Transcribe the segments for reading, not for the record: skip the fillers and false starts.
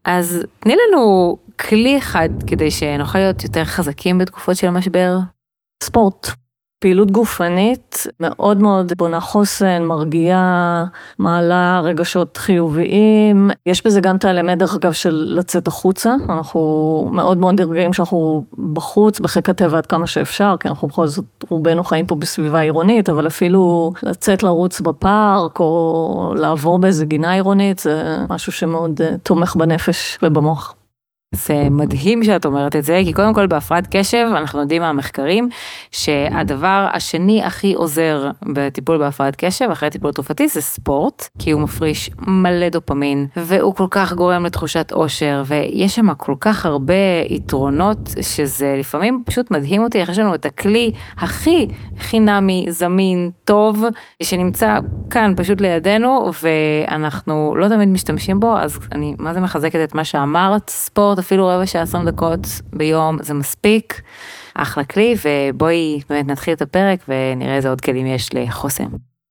אז תני לנו כלי אחד כדי שנוכל להיות יותר חזקים בתקופות של המשבר. ספורט. פעילות גופנית מאוד מאוד בונה חוסן, מרגיעה, מעלה רגשות חיוביים. יש בזה גם את האלמנט דרך אגב של לצאת החוצה. אנחנו מאוד מאוד נרגעים שאנחנו בחוץ, בחיק הטבע עד כמה שאפשר, כי אנחנו בכל זאת רובנו חיים פה בסביבה עירונית, אבל אפילו לצאת לרוץ בפארק או לעבור באיזה גינה עירונית, זה משהו שמאוד תומך בנפש ובמוח. זה מדהים שאת אומרת את זה, כי קודם כל בהפרעת קשב, אנחנו יודעים מהמחקרים, שהדבר השני הכי עוזר בטיפול בהפרעת קשב, אחרי טיפול תרופתי, זה ספורט, כי הוא מפריש מלא דופמין, והוא כל כך גורם לתחושת אושר, ויש שם כל כך הרבה יתרונות, שזה לפעמים פשוט מדהים אותי, איך יש לנו את הכלי הכי חינמי, זמין, טוב, שנמצא כאן פשוט לידינו, ואנחנו לא תמיד משתמשים בו, אז אני מה זה מחזקת את מה שאמרת, ספורט, אפילו רבע שעה 20 דקות ביום, זה מספיק, אחלה כלי, ובואי באמת נתחיל את הפרק, ונראה איזה עוד כלים יש לחוסן.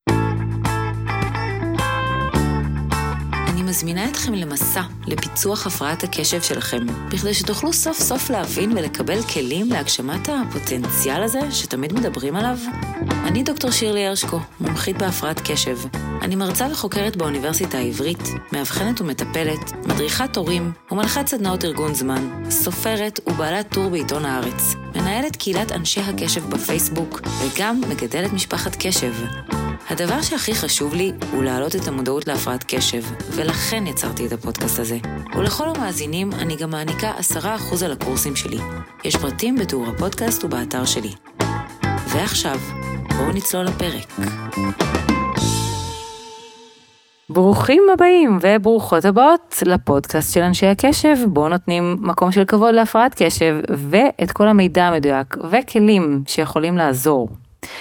אני מזמינה אתכם למסע, לפיצוח הפרעת הקשב שלכם, בכדי שתוכלו סוף סוף להבין ולקבל כלים להגשמת הפוטנציאל הזה שתמיד מדברים עליו. אני דוקטור שירלי הרשקו, מומחית בהפרעת קשב. אני מרצה וחוקרת באוניברסיטה העברית, מאבחנת ומטפלת, מדריכת הורים ומנחת סדנאות ארגון זמן, סופרת ובעלת טור בעיתון הארץ, מנהלת קהילת אנשי הקשב בפייסבוק וגם מגדלת משפחת קשב. הדבר שהכי חשוב לי הוא להעלות את המודעות להפרעת קשב, ולכן יצרתי את הפודקאסט הזה. ולכל המאזינים אני גם מעניקה 10% על הקורסים שלי. יש פרטים בתיאור הפודקאסט ובאתר שלי. ועכשיו, בואו נצלול לפרק. ברוכים הבאים וברוכות הבאות לפודקאסט של אנשי הקשב, בו נותנים מקום של כבוד להפרעת קשב, ואת כל המידע המדויק וכלים שיכולים לעזור.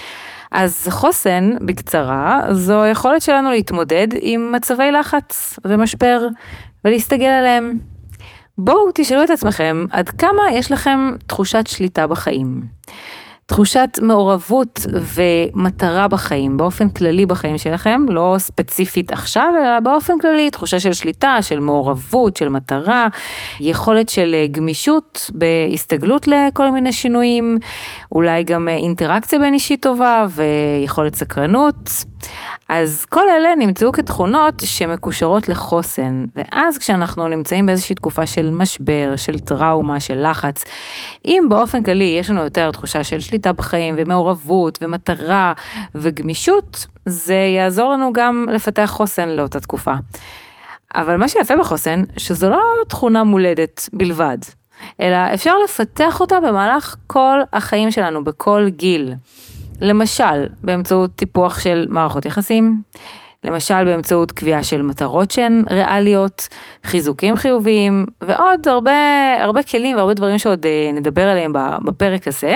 אז חוסן, בקצרה, זו היכולת שלנו להתמודד עם מצבי לחץ ומשבר, ולהסתגל עליהם. בואו תשאלו את עצמכם, עד כמה יש לכם תחושת שליטה בחיים? תחושת מעורבות ומטרה בחיים, באופן כללי בחיים שלכם, לא ספציפית עכשיו, אלא באופן כללי, תחושה של שליטה, של מעורבות, של מטרה, יכולת של גמישות בהסתגלות לכל מיני שינויים, אולי גם אינטראקציה בין אישית טובה ויכולת סקרנות. אז כל אלה נמצאו כתכונות שמקושרות לחוסן, ואז כשאנחנו נמצאים באיזושהי תקופה של משבר, של טראומה, של לחץ, אם באופן כללי יש לנו יותר תחושה של שליטה בחיים ומעורבות ומטרה וגמישות, זה יעזור לנו גם לפתח חוסן לאותה תקופה. אבל מה שיפה בחוסן, שזו לא תכונה מולדת בלבד, אלא אפשר לפתח אותה במהלך כל החיים שלנו, בכל גיל. למשל, באמצעות טיפוח של מערכות יחסים, למשל באמצעות קביעה של מטרות שהן ריאליות, חיזוקים חיוביים, ועוד הרבה כלים והרבה דברים שעוד נדבר עליהם בפרק הזה.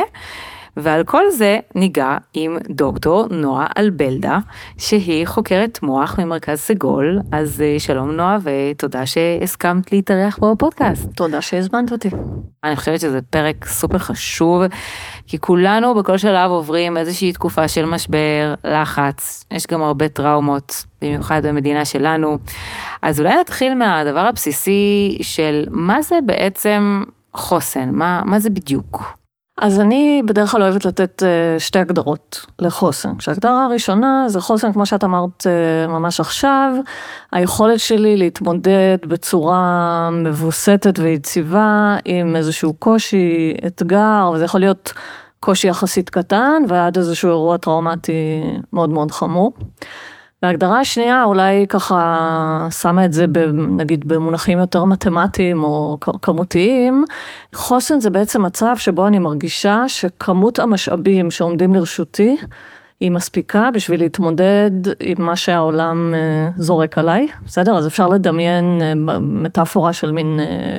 ועל כל זה ניגע עם דוקטור נועה אלבלדה, שהיא חוקרת מוח ממרכז סגול. אז שלום נועה, ותודה שהסכמת להתארח פה בפודקאסט. תודה שהזמנת אותי. אני חושבת שזה פרק סופר חשוב, כי כולנו בכל שלב עוברים איזושהי תקופה של משבר, לחץ, יש גם הרבה טראומות, במיוחד במדינה שלנו. אז אולי נתחיל מהדבר הבסיסי של מה זה בעצם חוסן, מה זה בדיוק? אז אני בדרך כלל אוהבת לתת שתי הגדרות לחוסן. כשהגדרה הראשונה זה חוסן, כמו שאת אמרת ממש עכשיו, היכולת שלי להתמודד בצורה מבוסתת ויציבה עם איזשהו קושי, אתגר, וזה יכול להיות קושי יחסית קטן, ועד איזשהו אירוע טראומטי מאוד מאוד חמור. וההגדרה השנייה אולי ככה שמה את זה נגיד במונחים יותר מתמטיים או כמותיים. חוסן זה בעצם מצב שבו אני מרגישה שכמות המשאבים שעומדים לרשותי היא מספיקה בשביל להתמודד עם מה שהעולם זורק עליי. בסדר? אז אפשר לדמיין מטאפורה של מין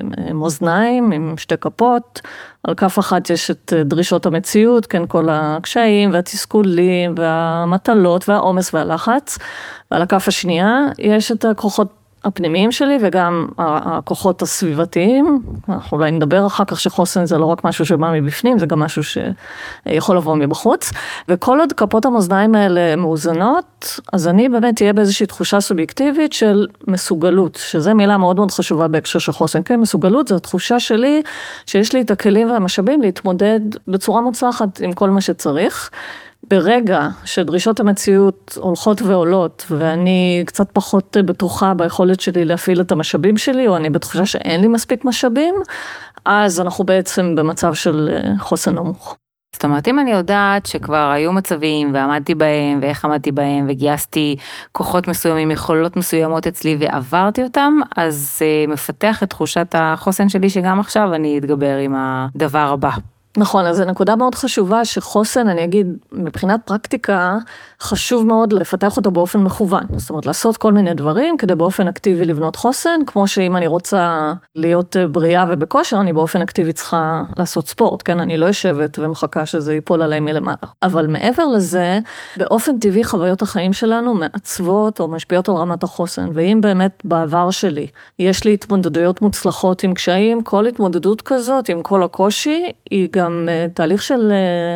מאזניים עם שתי כפות. על כף אחת יש את דרישות המציאות, כן, כל הקשיים והתסכולים והמטלות והעומס והלחץ. ועל הכף השנייה יש את הכוחות הפנימיים שלי וגם הכוחות הסביבתיים. אנחנו אולי נדבר אחר כך שחוסן זה לא רק משהו שבא מבפנים, זה גם משהו שיכול לבוא מבחוץ. וכל עוד כפות המאזניים האלה מאוזנות, אז אני באמת תהיה באיזושהי תחושה סובייקטיבית של מסוגלות, שזו מילה מאוד מאוד חשובה בהקשר של חוסן. כן, מסוגלות זו התחושה שלי שיש לי את הכלים והמשאבים להתמודד בצורה מוצלחת עם כל מה שצריך. ברגע שדרישות המציאות הולכות ועולות, ואני קצת פחות בטוחה ביכולת שלי להפעיל את המשאבים שלי, או אני בתחושה שאין לי מספיק משאבים, אז אנחנו בעצם במצב של חוסן נמוך. זאת אומרת, אם אני יודעת שכבר היו מצבים ועמדתי בהם ואיך עמדתי בהם וגייסתי כוחות מסוימים, יכולות מסוימות אצלי ועברתי אותם, אז מפתח את תחושת החוסן שלי שגם עכשיו אני אתגבר עם הדבר הבא. נכון, אז זו נקודה מאוד חשובה שחוסן, אני אגיד, מבחינת פרקטיקה, חשוב מאוד לפתח אותו באופן מכוון. זאת אומרת, לעשות כל מיני דברים כדי באופן אקטיבי לבנות חוסן, כמו שאם אני רוצה להיות בריאה ובכושר, אני באופן אקטיבי צריכה לעשות ספורט, כן? אני לא יושבת ומחכה שזה ייפול עליי מלמעלה. אבל מעבר לזה, באופן טבעי חוויות החיים שלנו מעצבות או משפיעות על רמת החוסן, ואם באמת בעבר שלי יש לי התמודדויות מוצלחות עם קשיים, כל התמודדות כזאת עם כל הקושי, היא גם תהליך של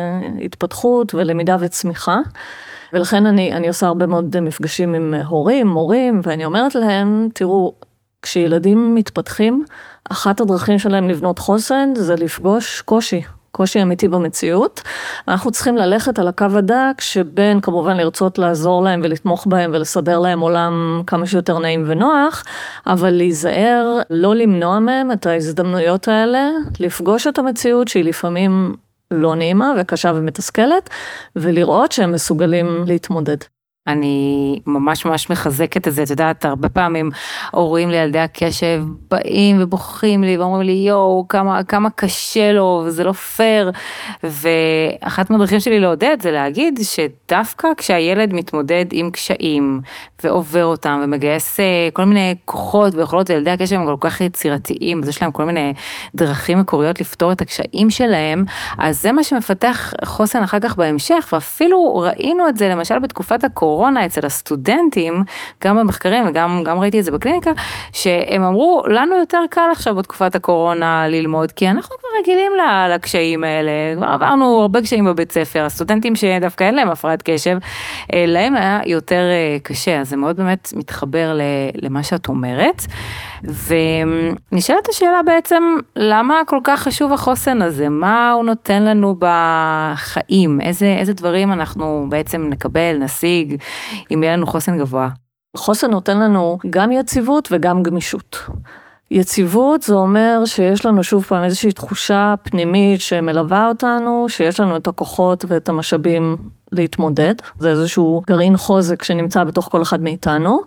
התפתחות ולמידה וצמיחה, ולכן אני עושה הרבה מאוד מפגשים עם הורים, מורים, ואני אומרת להם, תראו, כשילדים מתפתחים, אחת הדרכים שלהם לבנות חוסן זה לפגוש קושי אמיתי במציאות. אנחנו צריכים ללכת על הקו הדק, שבין כמובן לרצות לעזור להם ולתמוך בהם ולסדר להם עולם כמה שיותר נעים ונוח, אבל להיזהר, לא למנוע מהם את ההזדמנויות האלה, לפגוש את המציאות שהיא לפעמים לא נעימה וקשה ומתסכלת, ולראות שהם מסוגלים להתמודד. אני ממש מחזקת את זה, את יודעת, הרבה פעמים הורים לילדי הקשב באים ובוכים לי ואומרים לי, יואו, כמה קשה לו, וזה לא פייר, ואחת מהדרכים שלי לעודד זה להגיד שדווקא כשהילד מתמודד עם קשיים ועובר אותם ומגייס כל מיני כוחות ויכולות לילדי הקשב הם כל כך יצירתיים, אז יש להם כל מיני דרכים מקוריות לפתור את הקשיים שלהם, אז זה מה שמפתח חוסן אחר כך בהמשך, ואפילו ראינו את זה למשל בתקופת הקורונה אצל הסטודנטים, גם במחקרים וגם ראיתי את זה בקליניקה, שהם אמרו, לנו יותר קל עכשיו בתקופת הקורונה ללמוד, כי אנחנו כבר רגילים לקשיים האלה, כבר עברנו הרבה קשיים בבית ספר, הסטודנטים שדווקא אין להם הפרעת קשב, להם היה יותר קשה, אז זה מאוד באמת מתחבר למה שאת אומרת, ונשאלת השאלה בעצם, למה כל כך חשוב החוסן הזה? מה הוא נותן לנו בחיים? איזה דברים אנחנו בעצם נקבל, נשיג, אם יהיה לנו חוסן גבוה? חוסן נותן לנו גם יציבות וגם גמישות. יציבות זה אומר שיש לנו שוב פעם איזושהי תחושה פנימית שמלווה אותנו, שיש לנו את הכוחות ואת המשאבים להתמודד. זה איזשהו גרעין חוזק שנמצא בתוך כל אחד מאיתנו.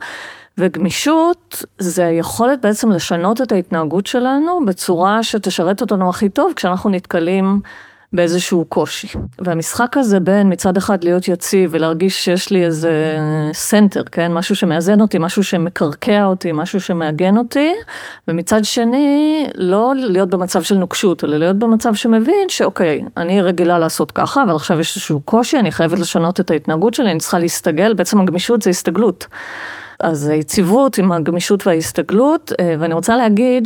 וגמישות זה היכולת בעצם לשנות את ההתנהגות שלנו בצורה שתשרת אותנו הכי טוב כשאנחנו נתקלים באיזשהו קושי. והמשחק הזה בין מצד אחד להיות יציב ולהרגיש שיש לי איזה סנטר, כן? משהו שמאזן אותי, משהו שמקרקע אותי, משהו שמאגן אותי, ומצד שני לא להיות במצב של נוקשות, אלא להיות במצב שמבין שאוקיי, אני רגילה לעשות ככה, אבל עכשיו יש איזשהו קושי, אני חייבת לשנות את ההתנהגות שלי, אני צריכה להסתגל, בעצם הגמישות זה הסתגלות. אז היציבות עם הגמישות וההסתגלות, ואני רוצה להגיד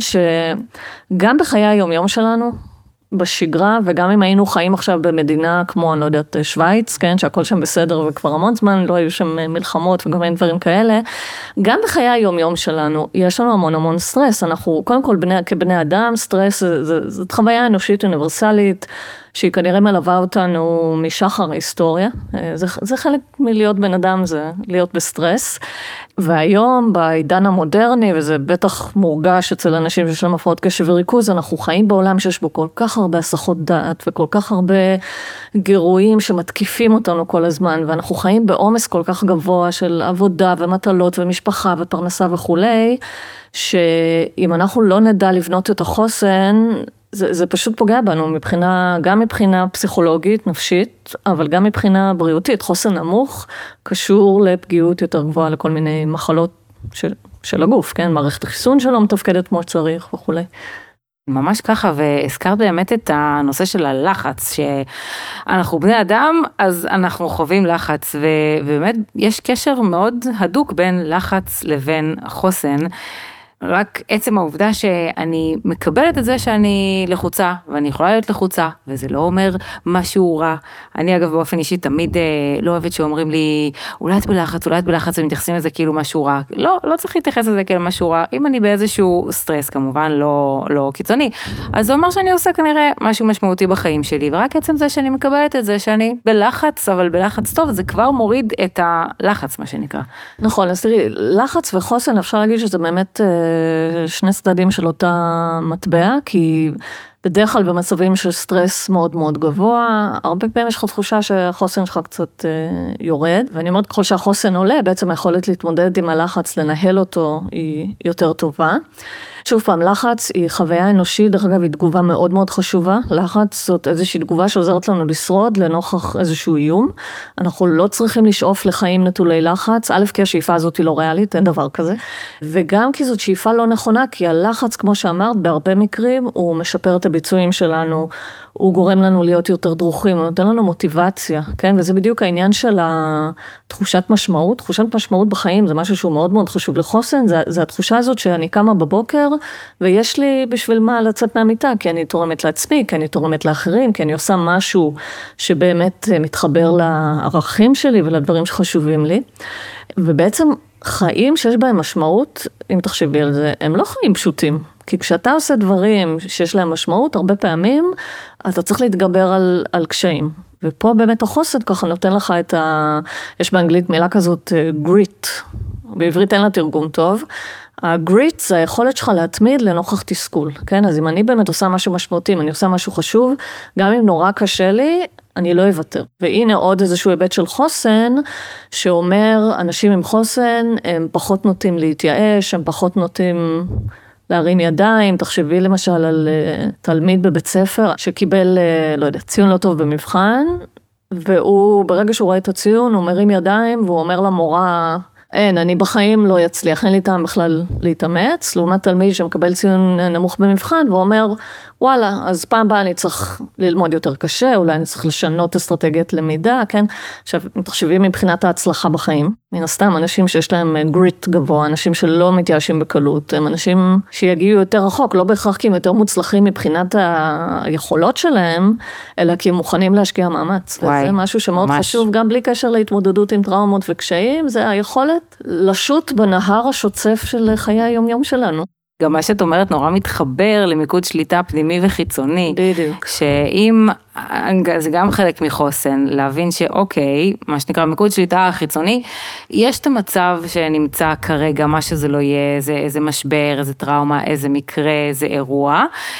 שגם בחיי היום-יום שלנו, בשגרה, וגם אם היינו חיים עכשיו במדינה כמו, אני לא יודעת, שוויץ, כן, שהכל שם בסדר וכבר המון זמן לא היו שם מלחמות וגם אין דברים כאלה, גם בחיי היום-יום שלנו יש לנו המון סטרס, אנחנו קודם כל כבני אדם, סטרס זאת חוויה אנושית אוניברסלית, שהיא כנראה מלווה אותנו משחר ההיסטוריה, זה חלק מלהיות בן אדם, זה להיות בסטרס, והיום בעידן המודרני, וזה בטח מורגש אצל אנשים שיש להם הפרעות קשב וריכוז, אנחנו חיים בעולם שיש בו כל כך הרבה הסחות דעת, וכל כך הרבה גירויים שמתקיפים אותנו כל הזמן, ואנחנו חיים בעומס כל כך גבוה של עבודה ומטלות ומשפחה ופרנסה וכולי, שאם אנחנו לא נדע לבנות את החוסן, זה פשוט פוגע בנו גם מבחינה פסיכולוגית, נפשית, אבל גם מבחינה בריאותית. חוסן נמוך קשור לפגיעות יותר גבוהה לכל מיני מחלות של הגוף, כן? מערכת החיסון שלו מתפקדת כמו שצריך וכו'. ממש ככה, והזכרת באמת את הנושא של הלחץ, שאנחנו בני אדם, אז אנחנו חווים לחץ, ובאמת יש קשר מאוד הדוק בין לחץ לבין חוסן, רק עצם העובדה שאני מקבלת את זה שאני לחוצה, ואני יכולה להיות לחוצה, וזה לא אומר משהו רע. אני אגב באופן אישי תמיד לא אוהבת שאומרים לי, אולי את בלחץ, ומתייחסים לזה כאילו משהו רע. לא צריך להתייחס לזה כאילו משהו רע. אם אני באיזשהו סטרס, כמובן לא קיצוני, אז זה אומר שאני עושה כנראה משהו משמעותי בחיים שלי, ורק עצם זה שאני מקבלת את זה שאני בלחץ, אבל בלחץ טוב, זה כבר מוריד את הלחץ, מה שנקרא. נכון, אז תראי, לחץ וחוסן, אפשר להגיד שזה באמת שני צדדים של אותה מטבע, כי בדרך כלל במצבים של סטרס מאוד מאוד גבוה, הרבה פעמים יש לך תחושה שהחוסן שלך קצת יורד, ואני אומרת, ככל שהחוסן עולה, בעצם היכולת להתמודד עם הלחץ, לנהל אותו, היא יותר טובה. שוב פעם, לחץ היא חוויה אנושית, דרך אגב היא תגובה מאוד מאוד חשובה, לחץ זאת איזושהי תגובה שעוזרת לנו לשרוד לנוכח איזשהו איום, אנחנו לא צריכים לשאוף לחיים נטולי לחץ, א' כי השאיפה הזאת היא לא ריאלית, אין דבר כזה, וגם כי זאת שאיפה לא נכונה, כי הלחץ כמו שאמרת, בהרבה מקרים הוא משפר את הביצועים שלנו, הוא גורם לנו להיות יותר דרוכים, הוא נותן לנו מוטיבציה, כן? וזה בדיוק העניין של תחושת משמעות, תחושת משמעות בחיים, זה משהו שהוא מאוד מאוד חשוב לחוסן, זה התחושה הזאת שאני קמה בבוקר, ויש לי בשביל מה לצאת מהמיטה, כי אני תורמת לעצמי, כי אני תורמת לאחרים, כי אני עושה משהו שבאמת מתחבר לערכים שלי ולדברים שחשובים לי, ובעצם חיים שיש בהם משמעות, אם תחשבי על זה, הם לא חיים פשוטים, כי כשאתה עושה דברים שיש להם משמעות, הרבה פעמים אתה צריך להתגבר על קשיים. ופה באמת החוסן ככה נותן לך יש באנגלית מילה כזאת grit, בעברית אין לה תרגום טוב, הגריט זה היכולת שלך להתמיד לנוכח תסכול, כן? אז אם אני באמת עושה משהו משמעותי, אם אני עושה משהו חשוב, גם אם נורא קשה לי, אני לא אוותר. והנה עוד איזשהו היבט של חוסן, שאומר, אנשים עם חוסן, הם פחות נוטים להתייאש, הם פחות נוטים להרים ידיים. תחשבי למשל על תלמיד בבית ספר, שקיבל, לא יודע, ציון לא טוב במבחן, והוא, ברגע שהוא רואה את הציון, הוא מרים ידיים, והוא אומר למורה, אני בחיים לא יצליח, אין לי טעם בכלל להתאמץ, לעומת תלמיד שמקבל ציון נמוך במבחן, ואומר, וואלה, אז פעם הבאה אני צריך ללמוד יותר קשה, אולי אני צריך לשנות אסטרטגיית למידה, כן? עכשיו, תחשבי מבחינת ההצלחה בחיים, מן הסתם, אנשים שיש להם גריט גבוה, אנשים שלא מתייאשים בקלות, הם אנשים שיגיעו יותר רחוק, לא בהכרח כי הם יותר מוצלחים מבחינת היכולות שלהם, אלא כי הם מוכנים להשקיע מאמץ. וזה משהו שמאוד חשוב, גם בלי קשר להתמודדות עם טראומות וקשיים, זה היכולת לשוט בנהר השוצף של חיי היום-יום שלנו. גם מה שאת אומרת נורא מתחבר למיקוד שליטה פנימי וחיצוני. בדיוק. שאם, זה גם חלק מחוסן, להבין שאוקיי, מה שנקרא מיקוד שליטה חיצוני, יש את המצב שנמצא כרגע, מה שזה לא יהיה, איזה משבר, איזה טראומה, איזה מקרה, איזה אירוע,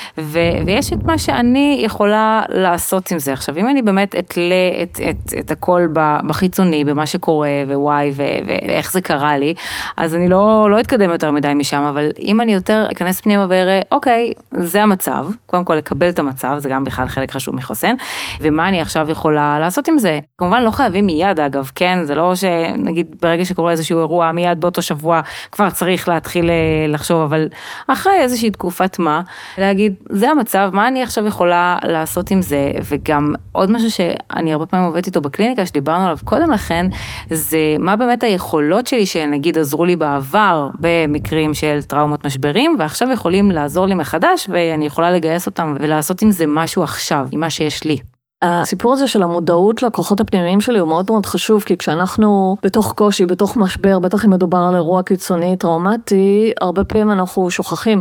ויש את מה שאני יכולה לעשות עם זה. עכשיו, אם אני באמת אתלה את הכל בחיצוני, במה שקורה, ווואי, ואיך זה קרה לי, אז אני לא אתקדם יותר מדי משם, אבל אם אני יותר אכנס פנימה ואראה, אוקיי, זה המצב, קודם כל לקבל את המצב, זה גם בכלל חלק חשוב מחוסן, ומה אני עכשיו יכולה לעשות עם זה? כמובן לא חייבים מיד אגב, כן? זה לא שנגיד ברגע שקורה איזשהו אירוע, מיד באותו שבוע כבר צריך להתחיל לחשוב, אבל אחרי איזושהי תקופת מה, להגיד, זה המצב, מה אני עכשיו יכולה לעשות עם זה? וגם עוד משהו שאני הרבה פעמים עובדת איתו בקליניקה, שדיברנו עליו קודם לכן, זה מה באמת היכולות שלי שנגיד עזרו לי בעבר במקרים של טראומות משברים, ועכשיו יכולים לעזור לי מחדש, ואני יכולה לגייס אותם ולעשות עם זה משהו עכשיו, עם מה שיש לי. הסיפור הזה של המודעות לכוחות הפנימיים שלי הוא מאוד מאוד חשוב, כי כשאנחנו בתוך קושי, בתוך משבר, בטח אם מדובר על אירוע קיצוני, טראומטי, הרבה פעמים אנחנו שוכחים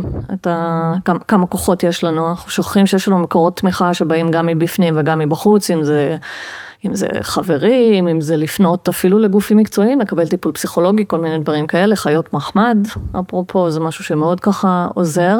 כמה כוחות יש לנו, אנחנו שוכחים שיש לנו מקורות תמיכה שבאים גם מבפנים וגם מבחוץ, אם זה חברים, אם זה לפנות אפילו לגופים מקצועיים, לקבל טיפול פסיכולוגי, כל מיני דברים כאלה, חיות מחמד, אפרופו, זה משהו שמאוד ככה עוזר.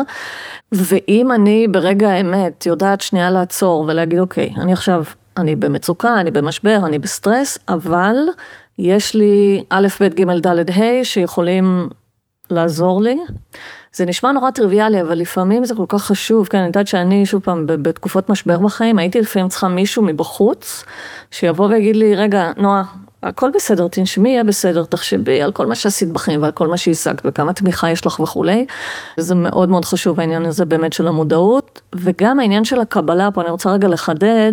ואם אני ברגע האמת יודעת שנייה לעצור ולהגיד, אוקיי, אני במצוקה, אני במשבר, אני בסטרס, אבל יש לי א', ב', ג', ד', ה' שיכולים לעזור לי. זה נשמע נורא טריוויאלי, אבל לפעמים זה כל כך חשוב, כן, אני יודעת שאני שוב פעם בתקופות משבר בחיים, הייתי לפעמים צריכה מישהו מבחוץ, שיבוא ויגיד לי, רגע, נועה, הכל בסדר, תנשמי, יהיה בסדר, תחשבי על כל מה שעשית בחיים ועל כל מה שהשגת וכמה תמיכה יש לך וכולי. זה מאוד מאוד חשוב העניין הזה באמת של המודעות, וגם העניין של הקבלה, פה אני רוצה רגע לחדד,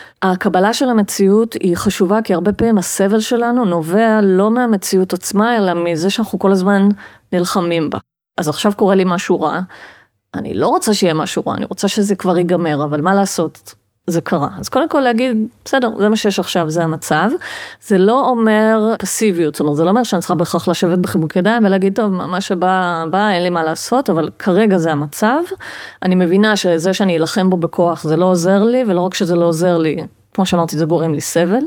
הקבלה של המציאות היא חשובה, כי הרבה פעמים הסבל שלנו נובע לא מהמציאות עצמה, אלא מזה שאנחנו כל הזמן נלחמים בה. אז עכשיו קורה לי משהו רע, אני לא רוצה שיהיה משהו רע, אני רוצה שזה כבר ייגמר, אבל מה לעשות? זה קרה. אז קודם כל להגיד, בסדר, זה מה שיש עכשיו, זה המצב. זה לא אומר פסיביות, זאת אומרת, זה לא אומר שאני צריכה בכך לשבת בחיבוק ידיים ולהגיד, טוב, מה שבא, אין לי מה לעשות, אבל כרגע זה המצב. אני מבינה שזה שאני אלחם בו בכוח, זה לא עוזר לי, ולא רק שזה לא עוזר לי, כמו שאמרתי, זה גורם לי סבל.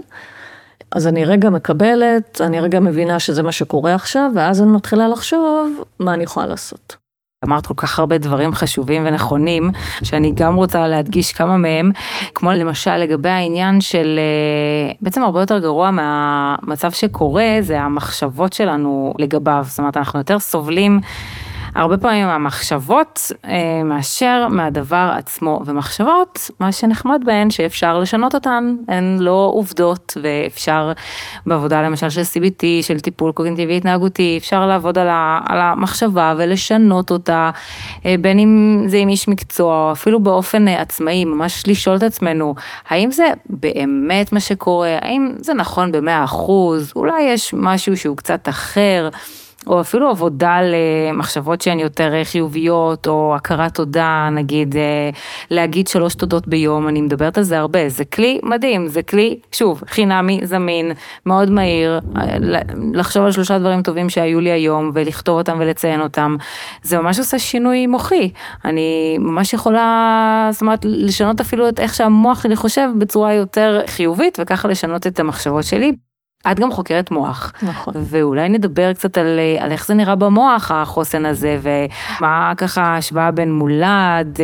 אז אני רגע מקבלת, אני רגע מבינה שזה מה שקורה עכשיו, ואז אני מתחילה לחשוב מה אני יכולה לעשות. אמרת כל כך הרבה דברים חשובים ונכונים, שאני גם רוצה להדגיש כמה מהם, כמו למשל לגבי העניין של, בעצם הרבה יותר גרוע מהמצב שקורה, זה המחשבות שלנו לגביו, זאת אומרת, אנחנו יותר סובלים, הרבה פעמים המחשבות מאשר מהדבר עצמו, ומחשבות, מה שנחמד בהן, שאפשר לשנות אותן, הן לא עובדות, ואפשר בעבודה למשל של CBT, של טיפול קוגניטיבי התנהגותי, אפשר לעבוד על המחשבה ולשנות אותה, בין אם זה עם איש מקצוע, או אפילו באופן עצמאי, ממש לשאול את עצמנו, האם זה באמת מה שקורה, האם זה נכון ב100%, אולי יש משהו שהוא קצת אחר, או אפילו עבודה למחשבות שהן יותר חיוביות, או הכרת תודה, נגיד, להגיד 3 תודות ביום, אני מדברת על זה הרבה, זה כלי מדהים, זה כלי, שוב, חינמי, זמין, מאוד מהיר, לחשוב על 3 דברים טובים שהיו לי היום, ולכתוב אותם ולציין אותם, זה ממש עושה שינוי מוחי, אני ממש יכולה, זאת אומרת, לשנות אפילו את איך שהמוח שלי חושב, בצורה יותר חיובית, וככה לשנות את המחשבות שלי, את גם חוקרת מוח, נכון. ואולי נדבר קצת על איך זה נראה במוח, החוסן הזה, ומה ככה השוואה בין מולד,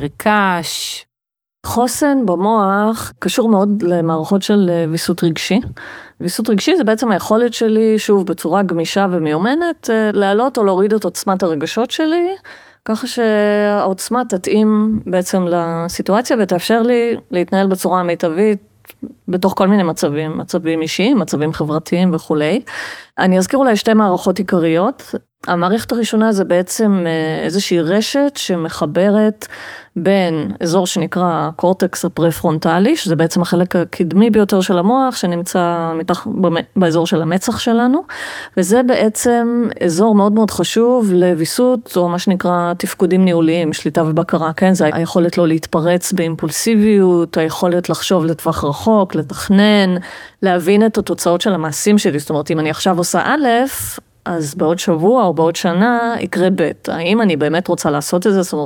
נרכש. חוסן במוח קשור מאוד למערכות של ויסות רגשי. ויסות רגשי זה בעצם היכולת שלי, שוב, בצורה גמישה ומיומנת, להעלות או להוריד את עוצמת הרגשות שלי, ככה שהעוצמה תתאים בעצם לסיטואציה, ותאפשר לי להתנהל בצורה המיטבית, בתוך כל מיני מצבים, מצבים אישיים, מצבים חברתיים וכולי. אני אזכיר אולי 2 מערכות עיקריות. המערכת הראשונה זה בעצם איזושהי רשת שמחברת בין אזור שנקרא קורטקס הפרפרונטלי, שזה בעצם החלק הקדמי ביותר של המוח, שנמצא באזור של המצח שלנו, וזה בעצם אזור מאוד מאוד חשוב לוויסות, או מה שנקרא תפקודים ניהוליים, שליטה ובקרה, כן? זה היכולת לא להתפרץ באימפולסיביות, היכולת לחשוב לטווח רחוק, לתכנן, להבין את התוצאות של המעשים שלי, זאת אומרת, אם אני עכשיו עושה א', אז בעוד שבוע או בעוד שנה יקרה ב', האם אני באמת רוצה לעשות את זה, זאת אומרת,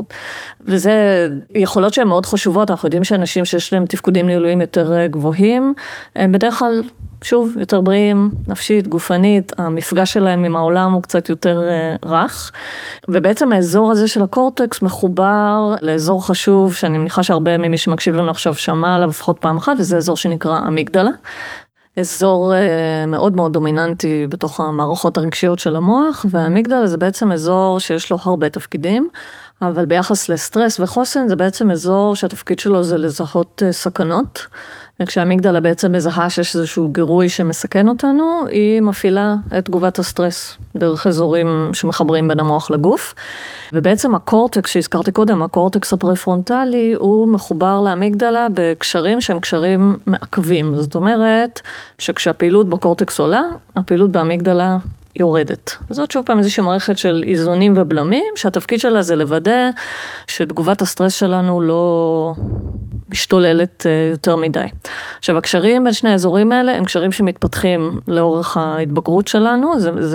וזה יכולות שהן מאוד חשובות, אנחנו יודעים שאנשים שיש להם תפקודים ניהוליים יותר גבוהים, הם בדרך כלל, שוב, יותר בריאים, נפשית, גופנית, המפגש שלהם עם העולם הוא קצת יותר רך, ובעצם האזור הזה של הקורטקס מחובר לאזור חשוב, שאני מניחה שהרבה ממי שמקשיב לנו עכשיו שמע עליו לפחות פעם אחת, וזה אזור שנקרא אמיגדלה, אזור מאוד מאוד דומיננטי בתוך המערכות הרגשיות של המוח, והאמיגדלה זה בעצם אזור שיש לו הרבה תפקידים, אבל ביחס לסטרס וחוסן זה בעצם אזור שהתפקיד שלו זה לזהות סכנות, וכשהאמיגדלה בעצם מזהה שיש איזשהו גירוי שמסכן אותנו, היא מפעילה את תגובת הסטרס דרך אזורים שמחברים בין המוח לגוף, ובעצם הקורטקס שהזכרתי קודם, הקורטקס הפרפרונטלי, הוא מחובר לאמיגדלה בקשרים שהם קשרים מעכבים, זאת אומרת שכשהפעילות בקורטקס עולה, הפעילות באמיגדלה יורדת. זאת שוב פעם איזושהי מערכת של איזונים ובלמים, שהתפקיד שלה זה לוודא שתגובת הסטרס שלנו לא משתוללת יותר מדי. עכשיו, הקשרים בין שני האזורים האלה הם קשרים שמתפתחים לאורך ההתבגרות שלנו,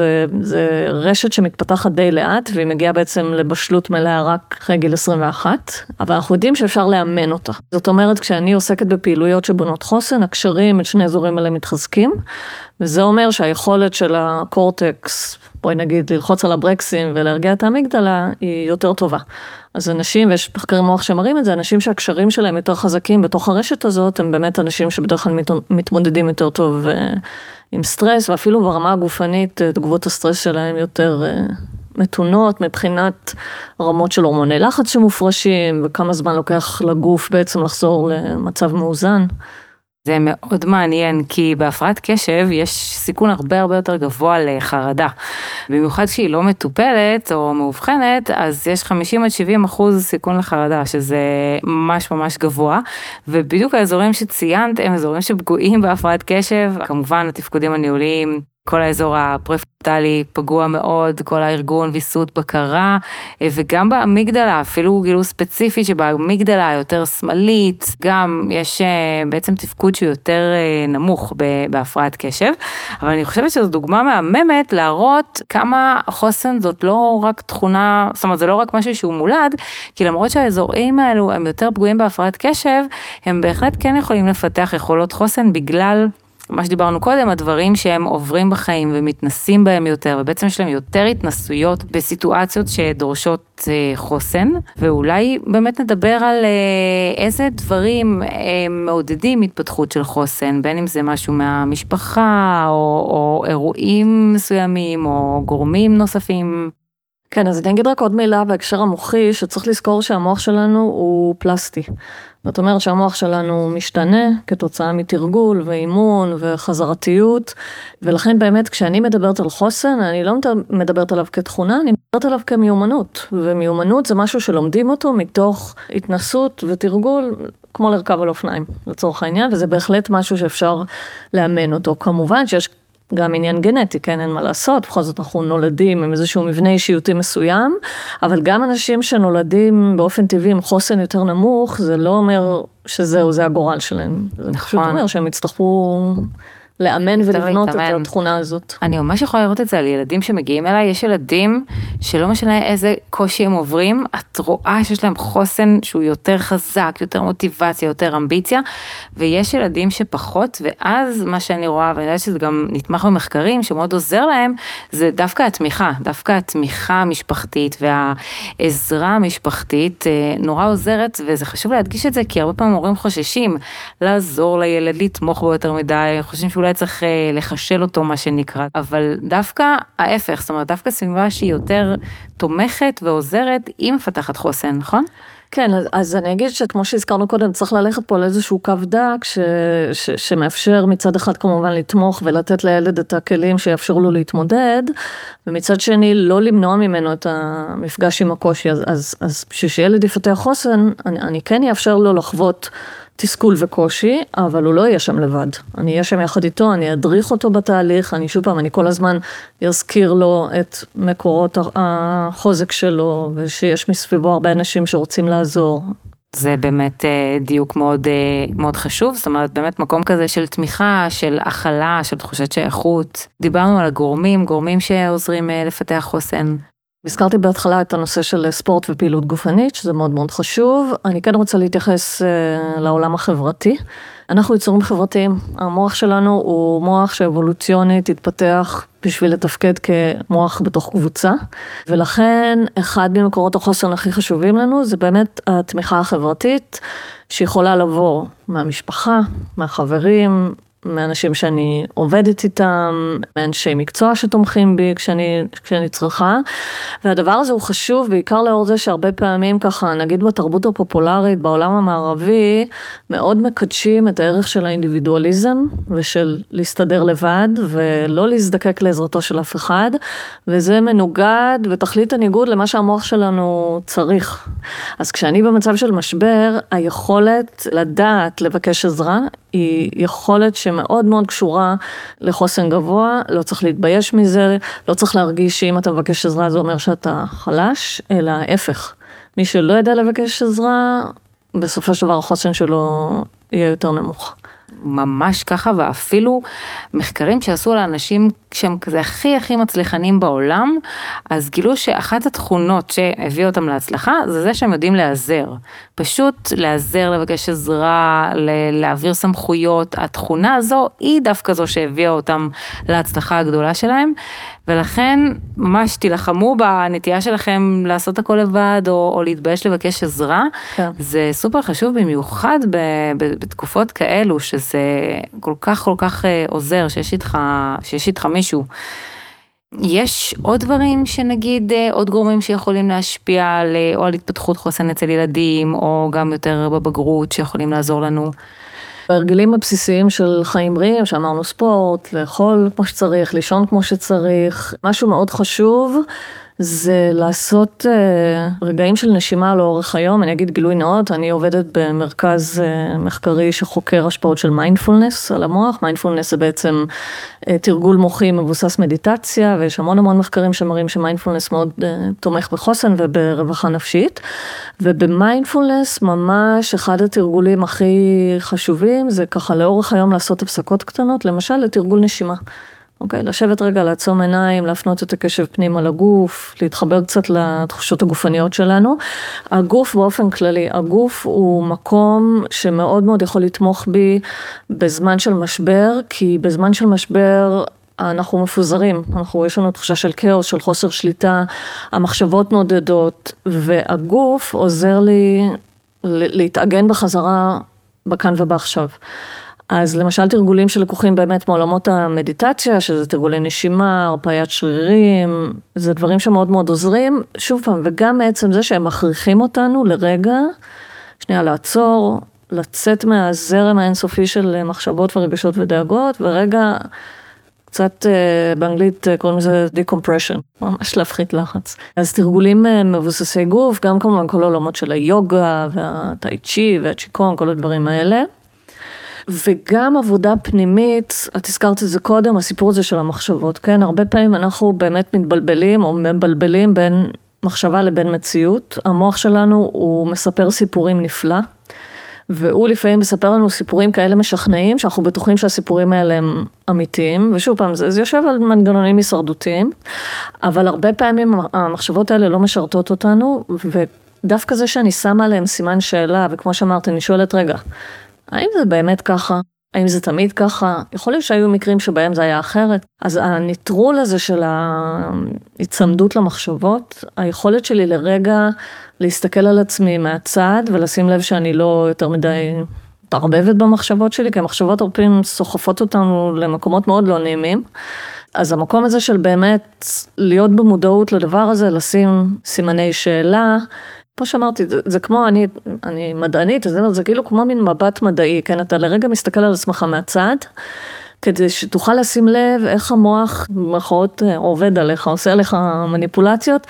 זה רשת שמתפתחת די לאט, והיא מגיעה בעצם לבשלות מלאה רק אחרי גיל 21, אבל אנחנו יודעים שאפשר לאמן אותה. זאת אומרת, כשאני עוסקת בפעילויות שבונות חוסן, הקשרים בין שני האזורים האלה מתחזקים, וזה אומר שהיכולת של הקורטקס, בואי נגיד, ללחוץ על הברקסים ולהרגיע את האמיגדלה, היא יותר טובה. אז אנשים, ויש מחקרים מוח שמראים את זה, אנשים שהקשרים שלהם יותר חזקים בתוך הרשת הזאת, הם באמת אנשים שבדרך כלל מתמודדים יותר טוב עם סטרס, ואפילו ברמה הגופנית, תגובות הסטרס שלהם יותר מתונות, מבחינת רמות של הורמוני לחץ שמופרשים, וכמה זמן לוקח לגוף בעצם לחזור למצב מאוזן. זה מאוד מעניין, כי בהפרעת קשב יש סיכון הרבה יותר גבוה לחרדה. במיוחד כשהיא לא מטופלת או מאובחנת, אז יש 50-70% סיכון לחרדה, שזה ממש גבוה. ובדיוק האזורים שציינת הם אזורים שפגועים בהפרעת קשב, כמובן התפקודים הניהוליים, כל האזור הפרפרונטלי פגוע מאוד, כל הארגון ויסות בקרה, וגם באמיגדלה, אפילו גילו ספציפי שבאמיגדלה יותר שמאלית, גם יש בעצם תפקוד שהוא יותר נמוך בהפרעת קשב, אבל אני חושבת שזו דוגמה מהממת להראות כמה חוסן זאת לא רק תכונה, זאת אומרת זה לא רק משהו שהוא מולד, כי למרות שהאזורים האלו הם יותר פגועים בהפרעת קשב, הם בהחלט כן יכולים לפתח יכולות חוסן בגלל מה שדיברנו קודם, הדברים שהם עוברים בחיים ומתנסים בהם יותר, ובעצם יש להם יותר התנסויות בסיטואציות שדורשות חוסן, ואולי באמת נדבר על איזה דברים מעודדים התפתחות של חוסן, בין אם זה משהו מהמשפחה, או אירועים מסוימים, או גורמים נוספים. כן, אז אני אגיד רק עוד מילה בהקשר המוחי, שצריך לזכור שהמוח שלנו הוא פלסטי. זאת אומרת שהמוח שלנו משתנה כתוצאה מתרגול ואימון וחזרתיות, ולכן באמת כשאני מדברת על חוסן, אני לא מדברת עליו כתכונה, אני מדברת עליו כמיומנות, ומיומנות זה משהו שלומדים אותו מתוך התנסות ותרגול, כמו לרכב על אופניים לצורך העניין, וזה בהחלט משהו שאפשר לאמן אותו. כמובן שיש גם עניין גנטי, כן, אין מה לעשות, בכל זאת אנחנו נולדים עם איזשהו מבנה אישיותי מסוים, אבל גם אנשים שנולדים באופן טבעי עם חוסן יותר נמוך, זה לא אומר שזהו, זה הגורל שלהם. זה פשוט אומר שהם יצטרכו לאמן ולבנות את התכונה הזאת. אני ממש יכולה לראות את זה על ילדים שמגיעים אליי, יש ילדים שלא משנה איזה קושי הם עוברים, את רואה שיש להם חוסן שהוא יותר חזק, יותר מוטיבציה, יותר אמביציה, ויש ילדים שפחות, ואז מה שאני רואה, ואני יודעת שזה גם נתמך במחקרים שמאוד עוזר להם, זה דווקא התמיכה המשפחתית והעזרה המשפחתית נורא עוזרת, וזה חשוב להדגיש את זה, כי הרבה פעמים הורים חוששים לעזור לילד, לתמוך בו יותר מדי, חושבים שאולי צריך לחשל אותו מה שנקרא, אבל דווקא ההפך, זאת אומרת, דווקא סביבה שהיא יותר תומכת ועוזרת, היא מפתחת חוסן, נכון? כן, אז אני אגיד שכמו שהזכרנו קודם, צריך ללכת פה על איזשהו קו דק, שמאפשר מצד אחד כמובן לתמוך ולתת לילד את הכלים שיאפשרו לו להתמודד, ומצד שני לא למנוע ממנו את המפגש עם הקושי, אז שילד יפתח חוסן, אני כן יאפשר לו לחוות תסכול וקושי, אבל הוא לא יהיה שם לבד. אני אהיה שם יחד איתו, אני אדריך אותו בתהליך, אני כל הזמן אזכיר לו את מקורות החוזק שלו, ושיש מסביבו הרבה אנשים שרוצים לעזור. זה באמת דיוק מאוד חשוב, זאת אומרת באמת מקום כזה של תמיכה, של הכלה, של תחושת שייכות. דיברנו על גורמים שעוזרים לפתח חוסן. הזכרתי בהתחלה את הנושא של ספורט ופעילות גופנית, שזה מאוד מאוד חשוב. אני כן רוצה להתייחס לעולם החברתי. אנחנו יצורים חברתיים. המוח שלנו הוא מוח שאבולוציונית התפתח בשביל לתפקד כמוח בתוך קבוצה, ולכן אחד ממקורות החוסן הכי חשובים לנו זה באמת התמיכה החברתית, שיכולה לבוא מהמשפחה, מהחברים, מאנשים שאני עובדת איתם, מאנשי מקצוע שתומכים בי כשאני צריכה, והדבר הזה הוא חשוב בעיקר לאור זה שהרבה פעמים ככה, נגיד בתרבות הפופולרית, בעולם המערבי, מאוד מקדשים את הערך של האינדיבידואליזם, ושל להסתדר לבד, ולא להזדקק לעזרתו של אף אחד, וזה מנוגד ותכלית הניגוד למה שהמוח שלנו צריך. אז כשאני במצב של משבר, היכולת לדעת לבקש עזרה, היא יכולת שמאוד מאוד קשורה לחוסן גבוה, לא צריך להתבייש מזה, לא צריך להרגיש שאם אתה מבקש עזרה זה אומר שאתה חלש, אלא ההפך. מי שלא ידע לבקש עזרה, בסופו של דבר החוסן שלו יהיה יותר נמוך. ממש ככה, ואפילו מחקרים שעשו על האנשים שהם כזה הכי מצליחנים בעולם, אז גילו שאחת התכונות שהביאו אותם להצלחה, זה זה שהם יודעים להיעזר. פשוט להיעזר, לבקש עזרה, להעביר סמכויות. התכונה הזו היא דווקא זו שהביאה אותם להצלחה הגדולה שלהם, ולכן ממש תילחמו בנטייה שלכם לעשות הכל לבד, או להתבייש לבקש עזרה. כן. זה סופר חשוב במיוחד בתקופות כאלו, שזה כל כך עוזר שיש איתך מישהו. יש עוד דברים שנגיד, עוד גורמים שיכולים להשפיע או על התפתחות חוסן אצל ילדים, או גם יותר בבגרות שיכולים לעזור לנו? ההרגלים הבסיסיים של חיים בריאים, שאמרנו ספורט, לאכול כמו שצריך, לישון כמו שצריך. משהו מאוד חשוב זה לעשות רגעים של נשימה לאורך היום. אני אגיד גילוי נאות, אני עובדת במרכז מחקרי שחוקר השפעות של מיינדפולנס על המוח. מיינדפולנס זה בעצם תרגול מוחי מבוסס מדיטציה, ויש המון מחקרים שמראים שמיינדפולנס מאוד תומך בחוסן וברווחה נפשית. ובמיינדפולנס ממש אחד התרגולים הכי חשובים, זה ככה לאורך היום לעשות הפסקות קטנות, למשל לתרגול נשימה. אוקיי, לשבת רגע, לעצום עיניים, להפנות את הקשב פנימה לגוף, להתחבר קצת לתחושות הגופניות שלנו. הגוף באופן כללי, הגוף הוא מקום שמאוד מאוד יכול לתמוך בי בזמן של משבר, כי בזמן של משבר אנחנו מפוזרים, יש לנו תחושה של כאוס, של חוסר שליטה, המחשבות נודדות, והגוף עוזר לי להתאגן בחזרה בכאן ובעכשיו. אז למשל תרגולים שלקוחים באמת מעולמות המדיטציה, שזה תרגולי נשימה, הרפאיית שרירים, זה דברים שמאוד מאוד עוזרים. שוב פעם, וגם בעצם זה שהם מכריחים אותנו לרגע, שנייה לעצור, לצאת מהזרם האינסופי של מחשבות ורגשות ודאגות, ורגע קצת באנגלית קוראים לזה decompression, ממש להפחית לחץ. אז תרגולים מבוססי גוף, גם כמובן כל העולמות של היוגה והטאי צ'י והצ'יקון, כל הדברים האלה. וגם עבודה פנימית, את הזכרת את זה קודם, הסיפור הזה של המחשבות, כן? הרבה פעמים אנחנו באמת מתבלבלים או מבלבלים בין מחשבה לבין מציאות. המוח שלנו הוא מספר סיפורים נפלא, והוא לפעמים מספר לנו סיפורים כאלה משכנעים, שאנחנו בטוחים שהסיפורים האלה הם אמיתיים, ושוב פעם, זה יושב על מנגנונים הישרדותיים, אבל הרבה פעמים המחשבות האלה לא משרתות אותנו, ודווקא זה שאני שמה עליהם סימן שאלה, וכמו שאמרת, אני שואלת רגע, האם זה באמת ככה? האם זה תמיד ככה? יכול להיות שהיו מקרים שבהם זה היה אחרת. אז הניטרול הזה של ההצמדות למחשבות, היכולת שלי לרגע להסתכל על עצמי מהצד, ולשים לב שאני לא יותר מדי תרבבת במחשבות שלי, כי המחשבות הרבה סוחפות אותנו למקומות מאוד לא נעימים. אז המקום הזה של באמת להיות במודעות לדבר הזה, לשים סימני שאלה, כמו שאמרתי, זה כמו, אני מדענית, זה כאילו כמו מין מבט מדעי, כן? אתה לרגע מסתכל על עצמך מהצד, כדי שתוכל לשים לב איך המוח במרכאות עובד עליך, עושה עליך מניפולציות,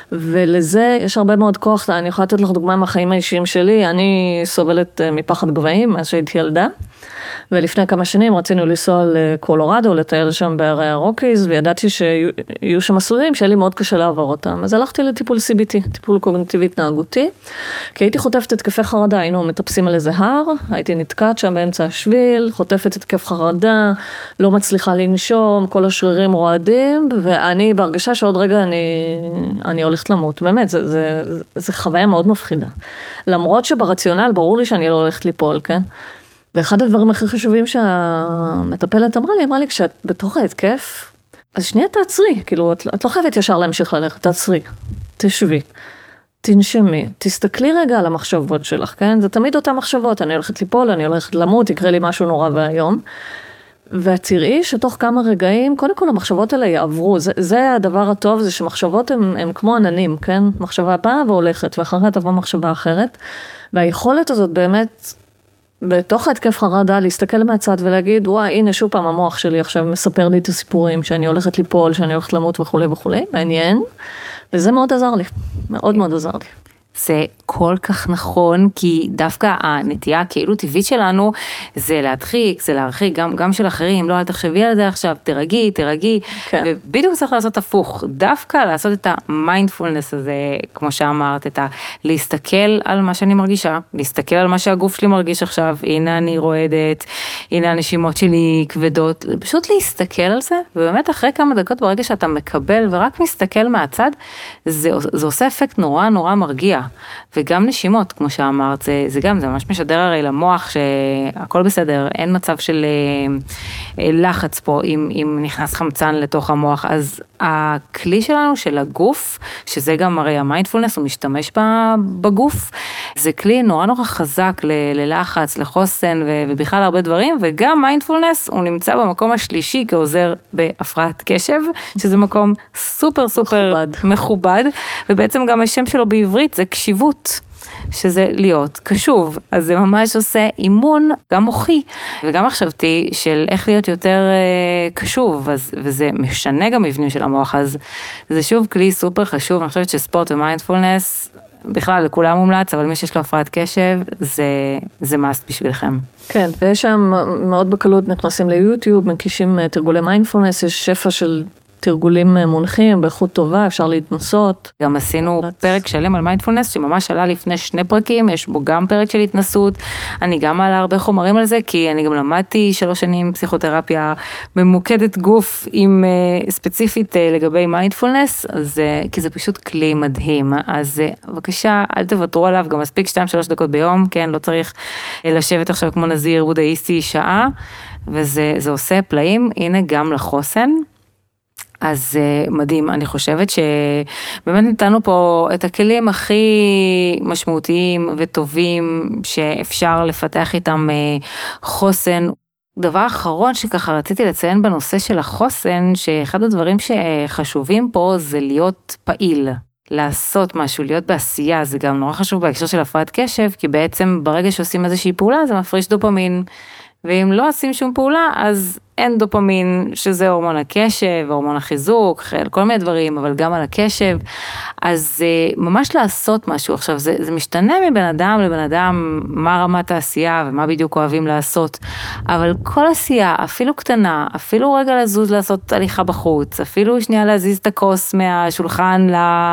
ולזה יש הרבה מאוד כוח. אני יכולה לתת לך דוגמה מהחיים האישיים שלי, אני סובלת מפחד גבהים, מאז שהייתי ילדה, ולפני כמה שנים רצינו לנסוע לקולורדו, לטייל שם בערי הרוקיז, וידעתי שיהיו שם מסלולים שהיה לי מאוד קשה לעבור אותם. אז הלכתי לטיפול CBT, טיפול קוגניטיבי התנהגותי, כי הייתי חוטפת התקפי חרדה, היינו מטפסים על איזה הר, הייתי נתקעת שם באמצע השביל, חוטפת התקף חרדה, לא מצליחה לנשום, כל השרירים רועדים, ואני בהרגשה שעוד רגע אני הולכת למות. באמת, זה חוויה מאוד מפחידה. למרות שברציונל ברור לי שאני לא הולכת ליפול, כן? ואחד הדברים הכי חשובים שהמטפלת אמרה לי, כשאת בתוך ההתקף, אז שנייה תעצרי, כאילו, את לא חייבת ישר להמשיך ללכת, תעצרי, תשבי, תנשמי, תסתכלי רגע על המחשבות שלך, כן? זה תמיד אותה מחשבות, אני הולכת ליפול, אני הולכת למות, יקרה לי משהו נורא והיום, ותראי שתוך כמה רגעים, קודם כל המחשבות האלה יעברו, זה הדבר הטוב, זה שמחשבות הם כמו עננים, כן? מחשבה באה והולכת, ואחריה תבוא מחשבה אחרת, והיכולת הזאת באמת, בתוך ההתקף חרדה, להסתכל מהצד ולהגיד, וואי, הנה שוב פעם המוח שלי עכשיו מספר לי את הסיפורים, שאני הולכת ליפול, שאני הולכת למות וכו' וכו', מעניין, וזה מאוד עזר לי, מאוד מאוד עזר לי. זה כל כך נכון, כי דווקא הנטייה הכאילו טבעית שלנו, זה להדחיק, זה להרחיק, גם של אחרים, לא, אל תחשבי על זה עכשיו, תרגי, כן. ובדיוק צריך לעשות הפוך, דווקא לעשות את המיינדפולנס הזה, כמו שאמרת, להסתכל על מה שאני מרגישה, להסתכל על מה שהגוף שלי מרגיש עכשיו, הנה אני רועדת, הנה הנשימות שלי כבדות, פשוט להסתכל על זה, ובאמת אחרי כמה דקות ברגע שאתה מקבל ורק מסתכל מהצד, זה עושה אפקט נורא נורא מרגיע. וגם נשימות, כמו שאמרת, זה ממש משדר הרי למוח שהכל בסדר, אין מצב של לחץ פה, אם נכנס חמצן לתוך המוח, אז הכלי שלנו של הגוף, שזה גם הרי המיינדפולנס, הוא משתמש בגוף, זה כלי נורא נורא חזק ללחץ, לחוסן ובכלל הרבה דברים, וגם מיינדפולנס הוא נמצא במקום השלישי כעוזר בהפרעת קשב, שזה מקום סופר מכובד, ובעצם גם השם שלו בעברית זה קשיבות, שזה להיות קשוב. אז זה ממש עושה אימון, גם מוחי וגם מחשבתי, של איך להיות יותר קשוב, וזה משנה גם מבנים של המוח, אז זה שוב כלי סופר חשוב. אני חושבת שספורט ומיינדפולנס, בכלל לכולם מומלץ, אבל מי שיש לו הפרעת קשב, זה מאסט בשבילכם. כן, ויש שם מאוד בקלות, נכנסים ליוטיוב, מקישים תרגולי מיינדפולנס, יש שפע של תרגולים מונחים, באיכות טובה, אפשר להתנסות. גם עשינו פרק שלם על מיינדפולנס, שממש עלה לפני 2 פרקים, יש בו גם פרק של התנסות, אני גם מעלה הרבה חומרים על זה, כי אני גם למדתי 3 שנים פסיכותרפיה ממוקדת גוף, עם ספציפית לגבי מיינדפולנס, כי זה פשוט כלי מדהים, אז בבקשה, אל תוותרו עליו, גם מספיק 2-3 דקות ביום, כן, לא צריך לשבת עכשיו כמו נזיר בודהיסטי שעה, וזה עושה פלאים, הנה גם לחוסן. אז מדהים, אני חושבת שבאמת ניתנו פה את הכלים הכי משמעותיים וטובים שאפשר לפתח איתם חוסן. דבר אחרון שככה רציתי לציין בנושא של החוסן, שאחד הדברים שחשובים פה זה להיות פעיל, לעשות משהו, להיות בעשייה, זה גם נורא חשוב בהקשר של הפרעת קשב, כי בעצם ברגע שעושים איזושהי פעולה זה מפריש דופמין, ואם לא עושים שום פעולה, אז אין דופמין, שזה הורמון הקשב, הורמון החיזוק, כל מיני דברים, אבל גם על הקשב. אז ממש לעשות משהו. עכשיו, זה משתנה מבן אדם לבן אדם, מה רמת העשייה ומה בדיוק אוהבים לעשות. אבל כל עשייה, אפילו קטנה, אפילו רגע לזוז לעשות הליכה בחוץ, אפילו שנייה להזיז את הכוס מהשולחן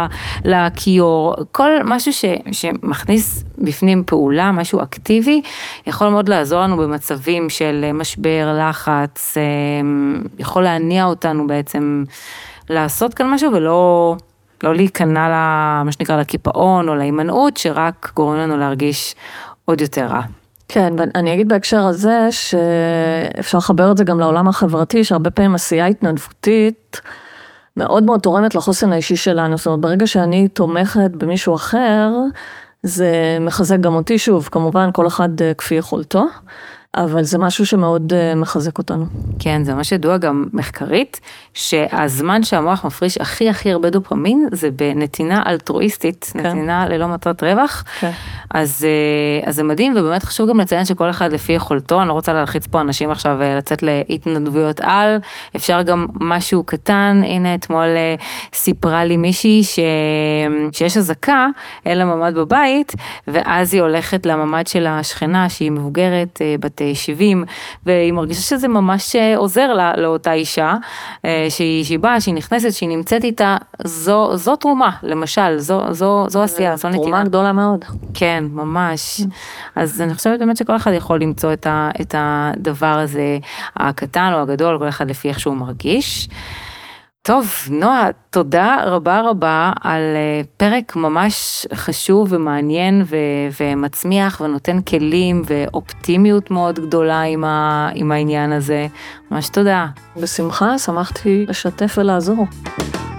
לכיור, כל משהו שמכניס בפנים פעולה, משהו אקטיבי, יכול מאוד לעזור לנו במצבים של משבר, לחץ, יכול להניע אותנו בעצם לעשות כאן משהו, ולא להיכנע מה שנקרא לקיפאון או להימנעות, שרק גורם לנו להרגיש עוד יותר רע. כן, ואני אגיד בהקשר הזה שאפשר לחבר את זה גם לעולם החברתי, שהרבה פעמים עשייה התנדבותית מאוד מאוד תורמת לחוסן האישי שלנו. זאת אומרת, ברגע שאני תומכת במישהו אחר, זה מחזק גם אותי שוב, כמובן כל אחד כפי יכולתו, אבל זה משהו שמאוד מחזק אותנו. כן, זה ממש ידוע גם מחקרית, שהזמן שהמוח מפריש הכי הרבה דופמין, זה בנתינה אלטרואיסטית, כן. נתינה ללא מטרת רווח, כן. אז זה מדהים, ובאמת חשוב גם לציין שכל אחד לפי יכולתו, אני לא רוצה להלחיץ פה אנשים עכשיו לצאת להתנדבויות על, אפשר גם משהו קטן, הנה אתמול סיפרה לי מישהי שיש הזקה, אל הממד בבית, ואז היא הולכת לממד של השכנה, שהיא מבוגרת, בת 70, והיא מרגישה שזה ממש עוזר לאותה אישה, שהיא באה, שהיא נכנסת, שהיא נמצאת איתה, זו תרומה, למשל, זו עשייה, זו נתינה. תרומה גדולה מאוד. כן, ממש. אז אני חושבת באמת שכל אחד יכול למצוא את הדבר הזה, הקטן או הגדול, כל אחד לפי איך שהוא מרגיש. טוב, נועה, תודה רבה על פרק ממש חשוב ומעניין ומצמיח ונותן כלים ואופטימיות מאוד גדולה עם העניין הזה. ממש תודה. בשמחה, שמחתי לשתף ולעזור.